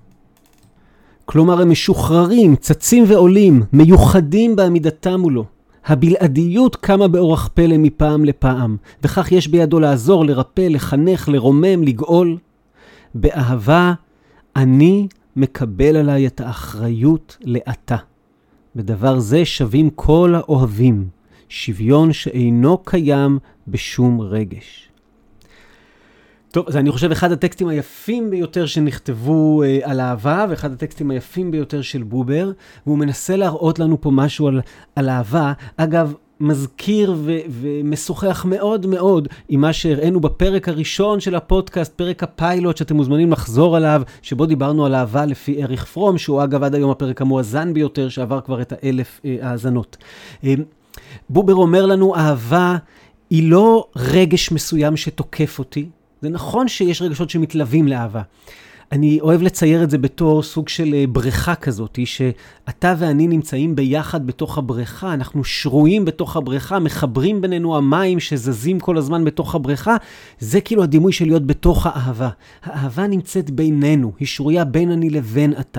כלומר הם משוחררים, צצים ועולים, מיוחדים בעמידתם מולו. הבלעדיות קמה באורח פלא מפעם לפעם, וכך יש בידו לעזור, לרפא, לחנך, לרומם, לגאול. באהבה אני מקבל עליי את האחריות לאתה. בדבר זה שווים כל האוהבים, שוויון שאינו קיים בשום רגש. טוב, אז אני חושב אחד הטקסטים היפים ביותר שנכתבו על אהבה, ואחד הטקסטים היפים ביותר של בובר, והוא מנסה להראות לנו פה משהו על אהבה. אגב, מזכיר ומשוחח מאוד מאוד עם מה שהראינו בפרק הראשון של הפודקאסט, פרק הפיילוט שאתם מוזמנים לחזור עליו, שבו דיברנו על אהבה לפי אריך פרום, שהוא אגב עד היום הפרק המואזן ביותר, שעבר כבר את 1,000 האזנות. בובר אומר לנו, אהבה היא לא רגש מסוים שתוקף אותי. זה נכון שיש רגשות שמתלווים לאהבה. אני אוהב לצייר את זה בתור סוג של בריכה כזאת, שאתה ואני נמצאים ביחד בתוך הבריכה, אנחנו שרויים בתוך הבריכה, מחברים בינינו המים שזזים כל הזמן בתוך הבריכה, זה כאילו הדימוי של להיות בתוך האהבה. האהבה נמצאת בינינו, היא שרויה בין אני לבין אתה.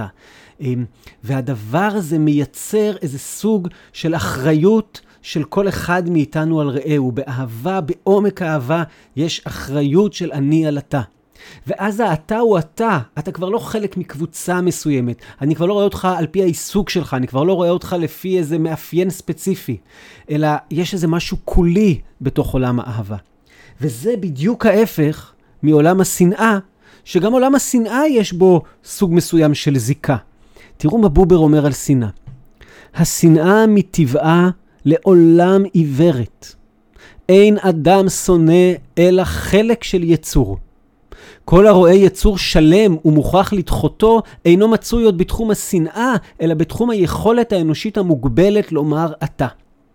והדבר הזה מייצר איזה סוג של אחריות של כל אחד מאיתנו על רעהו. באהבה, בעומק האהבה, יש אחריות של אני על אתה. ואז האתה הוא אתה. אתה כבר לא חלק מקבוצה מסוימת. אני כבר לא רואה אותך על פי העיסוק שלך, אני כבר לא רואה אותך לפי איזה מאפיין ספציפי, אלא יש איזה משהו כולי בתוך עולם האהבה. וזה בדיוק ההפך מעולם השנאה, שגם עולם השנאה יש בו סוג מסוים של זיקה. תראו מה בובר אומר על שנאה. השנאה מטבעה לעולם עיוורת. אין אדם שונא אלא חלק של יצור. כל הרואה יצור שלם ומוכרח לדחותו אינו מצוי עוד בתחום השנאה, אלא בתחום היכולת האנושית המוגבלת לומר אתה.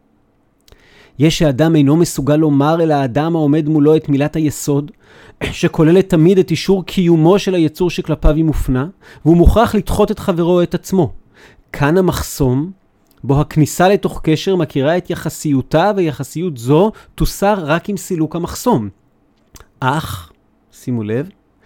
יש שהאדם אינו מסוגל לומר אל האדם העומד מולו את מילת היסוד, שכוללת תמיד את אישור קיומו של היצור שכלפיו היא מופנה, והוא מוכרח לדחות את חברו או את עצמו. כאן המחסום, בו הכניסה לתוך קשר מכירה את יחסיותה, ויחסיות זו תוסר רק עם סילוק המחסום. אך, שימו לב,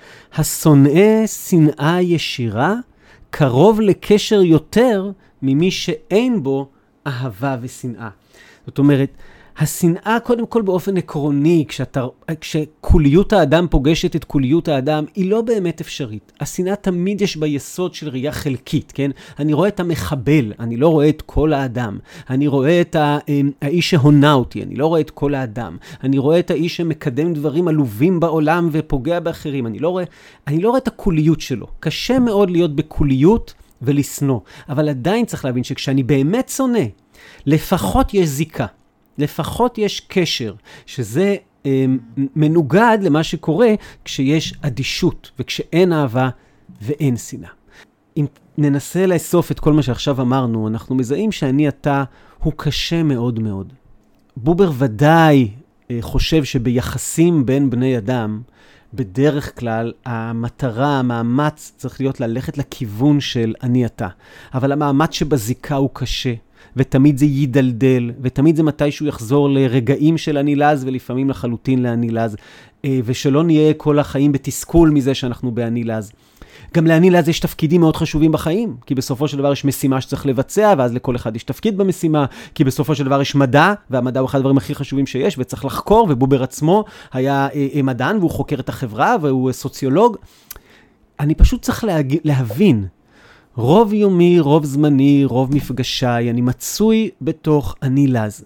השונא שנאה ישירה קרוב לקשר יותר ממי שאין בו אהבה ושנאה. זאת אומרת, השנאה קודם כל באופן עקרוני, כשקוליות האדם פוגשת את קוליות האדם, היא לא באמת אפשרית. השנאה תמיד יש ביסוד של ראייה חלקית, כן? אני רואה את המחבל, אני לא רואה את כל האדם. אני רואה את האיש שהונה אותי, אני לא רואה את כל האדם. אני רואה את האיש שמקדם דברים עלובים בעולם ופוגע באחרים. אני לא רואה את הקוליות שלו. קשה מאוד להיות בקוליות ולסנוע. אבל עדיין צריך להבין שכשאני באמת שונא, לפחות יש זיקה. לפחות יש קשר, שזה מנוגד למה שקורה כשיש אדישות וכשאין אהבה ואין שנאה. אם ננסה לאסוף את כל מה שעכשיו אמרנו, אנחנו מזהים שאני אתה הוא קשה מאוד מאוד. בובר ודאי חושב שביחסים בין בני אדם, בדרך כלל המטרה, המאמץ צריך להיות ללכת לכיוון של אני אתה. אבל המאמץ שבזיקה הוא קשה. ותמיד זה יידלדל, ותמיד זה מתישהו יחזור לרגעים של אני לז, ולפעמים לחלוטין לאני לז, ושלא נהיה כל החיים בתסכול מזה שאנחנו באני לז. גם לאני לז יש תפקידים מאוד חשובים בחיים, כי בסופו של דבר יש משימה שצריך לבצע, ואז לכל אחד יש תפקיד במשימה, כי בסופו של דבר יש מדע, והמדע הוא אחד הדברים הכי חשובים שיש, וצריך לחקור, ובובר עצמו היה מדען, והוא חוקר את החברה, והוא סוציולוג. אני פשוט צריך להבין, רוב יומי, רוב זמני, רוב מפגשיי, אני מצוי בתוך אני לז.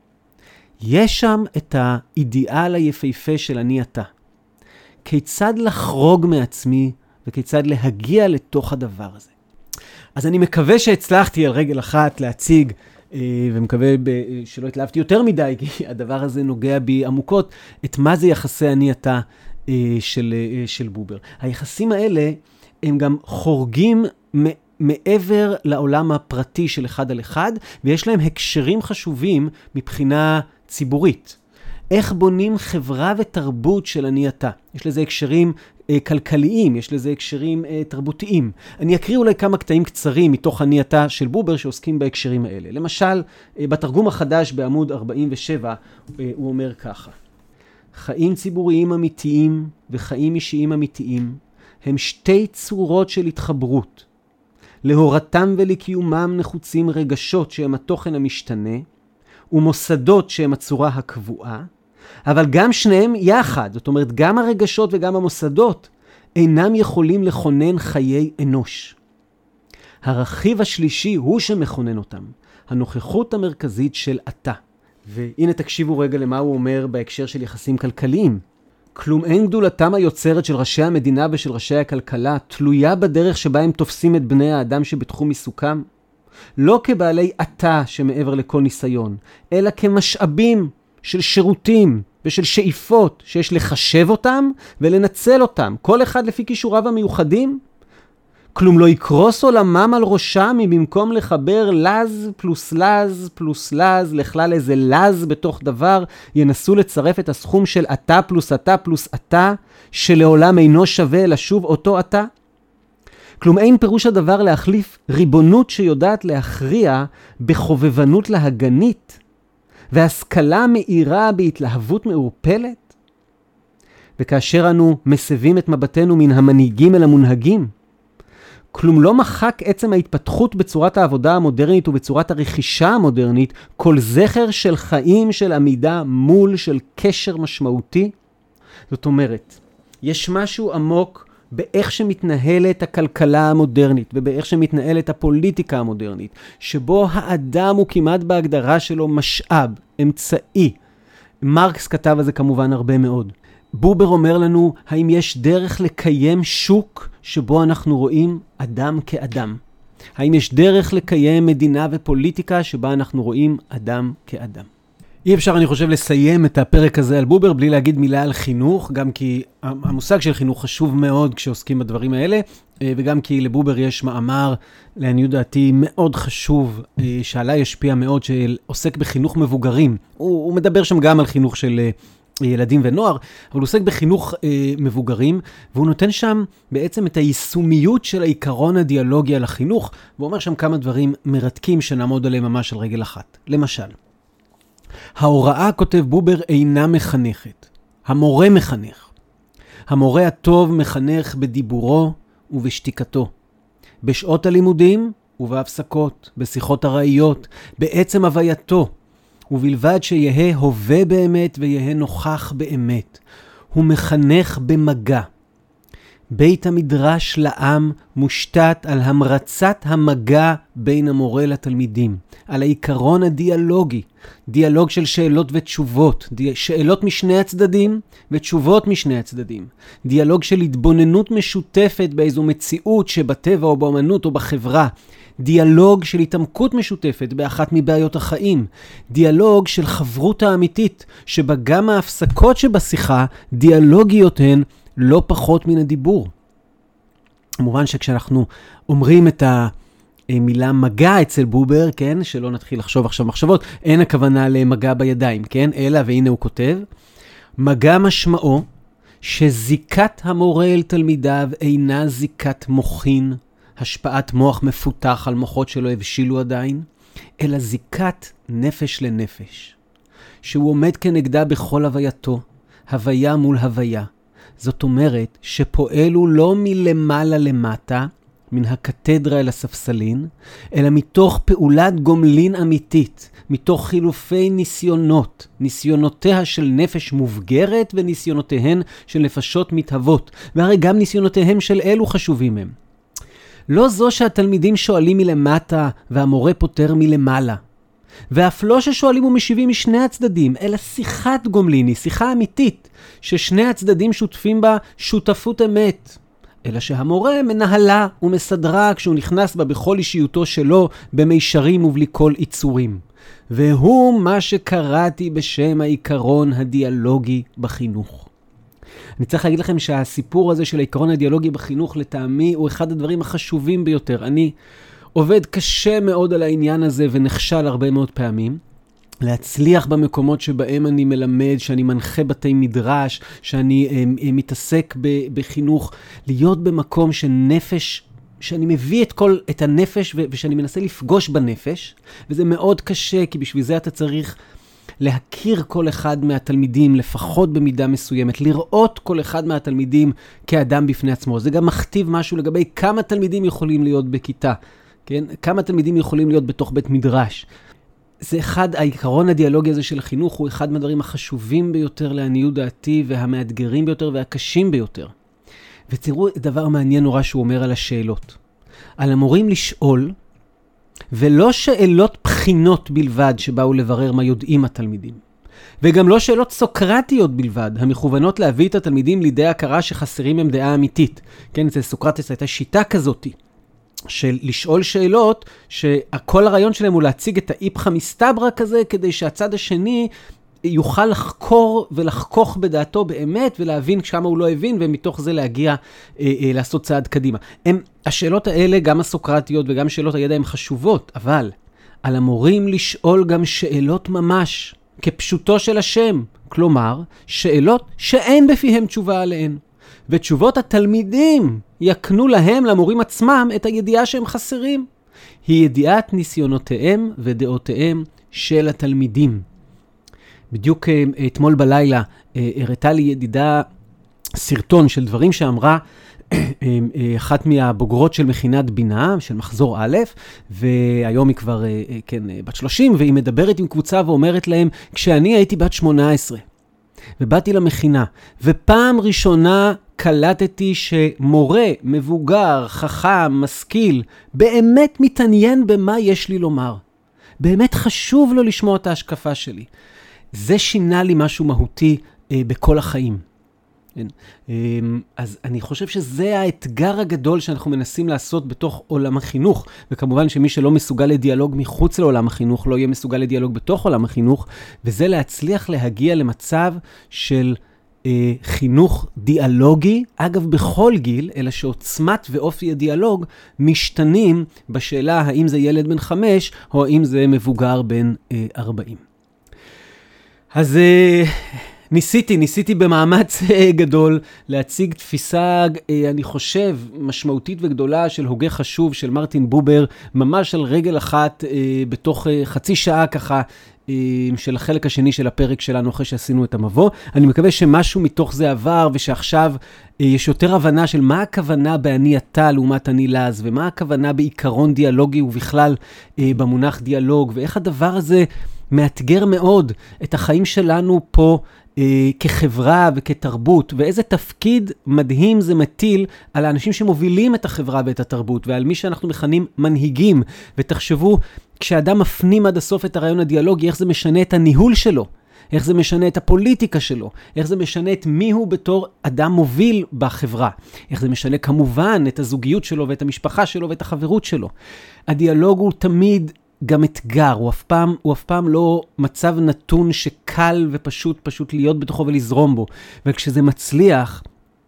יש שם את האידיאל היפהפה של אני אתה. כיצד לחרוג מעצמי וכיצד להגיע לתוך הדבר הזה. אז אני מקווה שהצלחתי על רגל אחת להציג, ומקווה שלא התלהבתי יותר מדי, כי הדבר הזה נוגע בי עמוקות, את מה זה יחסי אני אתה של בובר. היחסים האלה הם גם חורגים מעבר לעולם הפרטי של אחד על אחד, ויש להם הקשרים חשובים מבחינה ציבורית. איך בונים חברה ותרבות של אני אתה? יש לזה הקשרים כלכליים, יש לזה הקשרים תרבותיים. אני אקריא אולי כמה קטעים קצרים מתוך אני אתה של בובר שעוסקים בהקשרים האלה. למשל, בתרגום החדש בעמוד 47, הוא אומר ככה: חיים ציבוריים אמיתיים וחיים אישיים אמיתיים הם שתי צורות של התחברות. להורתם ולקיומם נחוצים רגשות שהם התוכן המשתנה, ומוסדות שהם הצורה הקבועה, אבל גם שניהם יחד, זאת אומרת גם הרגשות וגם המוסדות, אינם יכולים לכונן חיי אנוש. הרכיב השלישי הוא שמכונן אותם, הנוכחות המרכזית של אתה. והנה תקשיבו רגע למה הוא אומר בהקשר של יחסים כלכליים. כלום אין גדולתם היוצרת של ראשי המדינה ושל ראשי הכלכלה תלויה בדרך שבה הם תופסים את בני האדם שבתחום עיסוקם? לא כבעלי אתה שמעבר לכל ניסיון, אלא כמשאבים של שירותים ושל שאיפות שיש לחשב אותם ולנצל אותם, כל אחד לפי כישוריו המיוחדים. כלום לא יקרוס עולמם על ראשם אם במקום לחבר לז פלוס לז פלוס לז לכלל איזה לז בתוך דבר, ינסו לצרף את הסכום של אתה פלוס אתה פלוס אתה, שלעולם אינו שווה לשוב אותו אתה. כלום אין פירוש הדבר להחליף ריבונות שיודעת להכריע בחובבנות להגנית, והשכלה מאירה בהתלהבות מעורפלת. וכאשר אנו מסבים את מבטנו מן המנהיגים אל המונהגים, כלום לא מחק עצם ההתפתחות בצורת העבודה המודרנית ובצורת הרכישה המודרנית כל זכר של חיים של עמידה מול של קשר משמעותי. זאת אומרת, יש משהו עמוק באיך שמתנהלת הכלכלה המודרנית ובאיך שמתנהלת הפוליטיקה המודרנית, שבו האדם הוא כמעט בהגדרה שלו משאב, אמצעי. מרקס כתב על זה כמובן הרבה מאוד. בובר אומר לנו, האם יש דרך לקיים שוק שבו אנחנו רואים אדם כאדם? האם יש דרך לקיים מדינה ופוליטיקה שבה אנחנו רואים אדם כאדם? אי אפשר, אני חושב, לסיים את הפרק הזה על בובר בלי להגיד מילה על חינוך, גם כי המושג של חינוך חשוב מאוד כשעוסקים בדברים האלה, וגם כי לבובר יש מאמר, לעניות דעתי, מאוד חשוב, שעליי ישפיע מאוד, שעוסק בחינוך מבוגרים. הוא מדבר שם גם על חינוך של ילדים ונוער, אבל הוא עוסק בחינוך מבוגרים, והוא נותן שם בעצם את היישומיות של העיקרון הדיאלוגי על החינוך, והוא אומר שם כמה דברים מרתקים שנעמוד עליהם ממש על רגל אחת. למשל, ההוראה, כותב בובר, אינה מחנכת. המורה מחנך. המורה הטוב מחנך בדיבורו ובשתיקתו. בשעות הלימודים ובהפסקות, בשיחות הראיות, בעצם הווייתו, ובלבד שיהיה הווה באמת ויהיה נוכח באמת. הוא מחנך במגע. בית המדרש לעם מושתת על המרצת המגע בין המורה לתלמידים, על העיקרון הדיאלוגי, דיאלוג של שאלות ותשובות, שאלות משני הצדדים ותשובות משני הצדדים, דיאלוג של התבוננות משותפת באיזו מציאות שבטבע או באמנות או בחברה, דיאלוג של התעמקות משותפת באחת מבעיות החיים, דיאלוג של חברות האמיתית, שבה גם ההפסקות שבשיחה דיאלוגיות הן לא פחות מן הדיבור. כמובן שכשאנחנו אומרים את המילה מגע אצל בובר, כן, שלא נתחיל לחשוב עכשיו מחשבות, אין הכוונה למגע בידיים, כן, אלא, והנה הוא כותב, מגע משמעו שזיקת המורה אל תלמידיו אינה זיקת מוחין, השפעת מוח מפותח על מוחות שלא הבשילו עדיין, אלא זיקת נפש לנפש, שהוא עומד כנגדה בכל הווייתו, הוויה מול הוויה. זאת אומרת שפועל הוא לא מלמעלה למטה, מן הקתדרה אל הספסלין, אלא מתוך פעולת גומלין אמיתית, מתוך חילופי ניסיונות, ניסיונותיה של נפש מובגרת וניסיונותיהן של נפשות מתהוות, והרי גם ניסיונותיהם של אלו חשובים הם. לא זו שהתלמידים שואלים מלמטה והמורה פותר מלמעלה. ואף לא ששואלים ומשיבים משני הצדדים, אלא שיחת גומליני, שיחה אמיתית, ששני הצדדים שותפים בה שותפות אמת. אלא שהמורה מנהלה ומסדרה כשהוא נכנס בה בכל אישיותו שלו, במישרים ובלי כל איצורים. והוא מה שקראתי בשם העיקרון הדיאלוגי בחינוך. אני צריך להגיד לכם שהסיפור הזה של העיקרון הדיאלוגי בחינוך לטעמי הוא אחד הדברים החשובים ביותר. אני עובד קשה מאוד על העניין הזה ונכשל הרבה מאוד פעמים. להצליח במקומות שבהם אני מלמד, שאני מנחה בתי מדרש, שאני מתעסק בחינוך, להיות במקום שנפש, שאני מביא את הנפש ושאני מנסה לפגוש בנפש, וזה מאוד קשה כי בשביל זה אתה צריך להכיר כל אחד מהתלמידים לפחות במידה מסוימת, לראות כל אחד מהתלמידים כאדם בפני עצמו. זה גם מכתיב משהו לגבי כמה תלמידים יכולים להיות בכיתה, כן? כמה תלמידים יכולים להיות בתוך בית מדרש. זה העיקרון הדיאלוגי הזה של החינוך הוא אחד מהדברים החשובים ביותר לעניות דעתי והמאתגרים ביותר והקשים ביותר. ותראו דבר מעניין נורא שהוא אומר על השאלות. על המורים לשאול, ולא שאלות בחינות בלבד שבאו לברר מה יודעים התלמידים. וגם לא שאלות סוקרטיות בלבד, המכוונות להביא את התלמידים לידי הכרה שחסרים הם דעה אמיתית. כן, אצל סוקרטס הייתה שיטה כזאת, של לשאול שאלות, שכל הרעיון שלהם הוא להציג את האיפכא מסתברא כזה, כדי שהצד השני יוכל לחקור ולחכוך בדעתו באמת, ולהבין כמה הוא לא הבין, ומתוך זה להגיע לעשות צעד קדימה. השאלות האלה, גם הסוקרטיות וגם שאלות הידע, הן חשובות, אבל על המורים לשאול גם שאלות ממש, כפשוטו של השם, כלומר, שאלות שאין בפיהם תשובה עליהן. ותשובות התלמידים יקנו להם, למורים עצמם, את הידיעה שהם חסרים. היא ידיעת ניסיונותיהם ודעותיהם של התלמידים. בדיוק אתמול בלילה הראתה לי ידידה סרטון של דברים שאמרה אחת מהבוגרות של מכינת בינה, של מחזור א', והיום היא כבר בת 30, והיא מדברת עם קבוצה ואומרת להם, כשאני הייתי בת 18, ובאתי למכינה, ופעם ראשונה קלטתי שמורה, מבוגר, חכם, משכיל, באמת מתעניין במה יש לי לומר. באמת חשוב לו לשמוע את ההשקפה שלי. זה שינה לי משהו מהותי בכל החיים. אז אני חושב שזה האתגר הגדול שאנחנו מנסים לעשות בתוך עולם החינוך, וכמובן שמי שלא מסוגל לדיאלוג מחוץ לעולם החינוך, לא יהיה מסוגל לדיאלוג בתוך עולם החינוך, וזה להצליח להגיע למצב של חינוך דיאלוגי, אגב בכל גיל, אלא שעוצמת ואופי הדיאלוג משתנים בשאלה האם זה ילד בן 5 או האם זה מבוגר בן 40. אז ניסיתי במאמץ גדול להציג תפיסה, אני חושב, משמעותית וגדולה של הוגה חשוב של מרטין בובר, ממש על רגל אחת, בתוך חצי שעה ככה, של החלק השני של הפרק שלנו אחרי שעשינו את המבוא. אני מקווה שמשהו מתוך זה עבר, ושעכשיו יש יותר הבנה של מה הכוונה באני אתה לעומת אני לז, ומה הכוונה בעיקרון דיאלוגי ובכלל במונח דיאלוג, ואיך הדבר הזה מאתגר מאוד את החיים שלנו פה כחברה וכתרבות, ואיזה תפקיד מדהים זה מטיל על האנשים שמובילים את החברה ואת התרבות, ועל מי שאנחנו מכנים מנהיגים. ותחשבו, כשאדם מפנים עד הסוף את הרעיון הדיאלוגי, איך זה משנה את הניהול שלו, איך זה משנה את הפוליטיקה שלו, איך זה משנה את מי הוא בתור אדם מוביל בחברה, איך זה משנה כמובן את הזוגיות שלו ואת המשפחה שלו ואת החברות שלו. הדיאלוג הוא תמיד גם אתגר, הוא אף פעם לא מצב נתון שקל ופשוט להיות בתוכו ולזרום בו. וכשזה מצליח,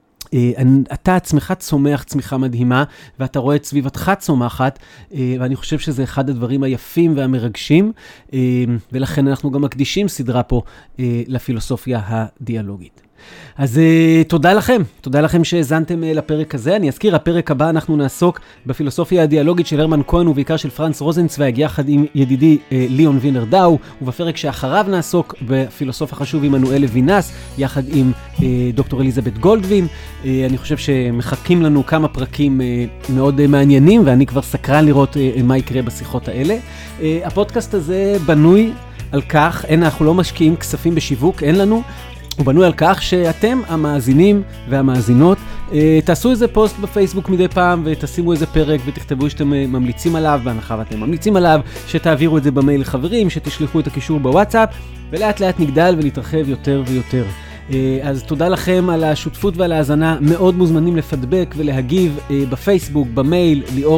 אתה עצמך צומח צמיחה מדהימה, ואתה רואה את סביבתך צומחת, ואני חושב שזה אחד הדברים היפים והמרגשים, ולכן אנחנו גם מקדישים סדרה פה לפילוסופיה הדיאלוגית. אז תודה לכם שהזנתם לפרק הזה. אני אזכיר, הפרק הבא אנחנו נעסוק בפילוסופיה הדיאלוגית של הרמן כהן ובעיקר של פרנץ רוזנצוויג יחד עם ידידי ליאון וינר דאו, ובפרק שאחריו נעסוק בפילוסוף החשוב עמנואל לוינס יחד עם דוקטור אליזבת גולדווין. אני חושב שמחכים לנו כמה פרקים מאוד מעניינים, ואני כבר סקרן לראות מה יקרה בשיחות האלה. הפודקאסט הזה בנוי על כך, אנחנו לא משקיעים כספים בשיווק, אין לנו, הוא בנוי על כך שאתם, המאזינים והמאזינות, תעשו איזה פוסט בפייסבוק מדי פעם, ותשימו איזה פרק ותכתבו שאתם ממליצים עליו, בהנחה ואתם ממליצים עליו, שתעבירו את זה במייל לחברים, שתשלחו את הקישור בוואטסאפ, ולאט לאט נגדל ונתרחב יותר ויותר. אז תודה לכם על השותפות ועל ההאזנה, מאוד מוזמנים לפדבק ולהגיב בפייסבוק, במייל,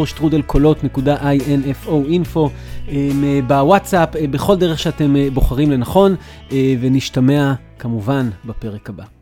lior@kolot.info, בוואטסאפ, בכל דרך שאתם בוחרים לנכון, ונשתמע כמובן בפרק הבא.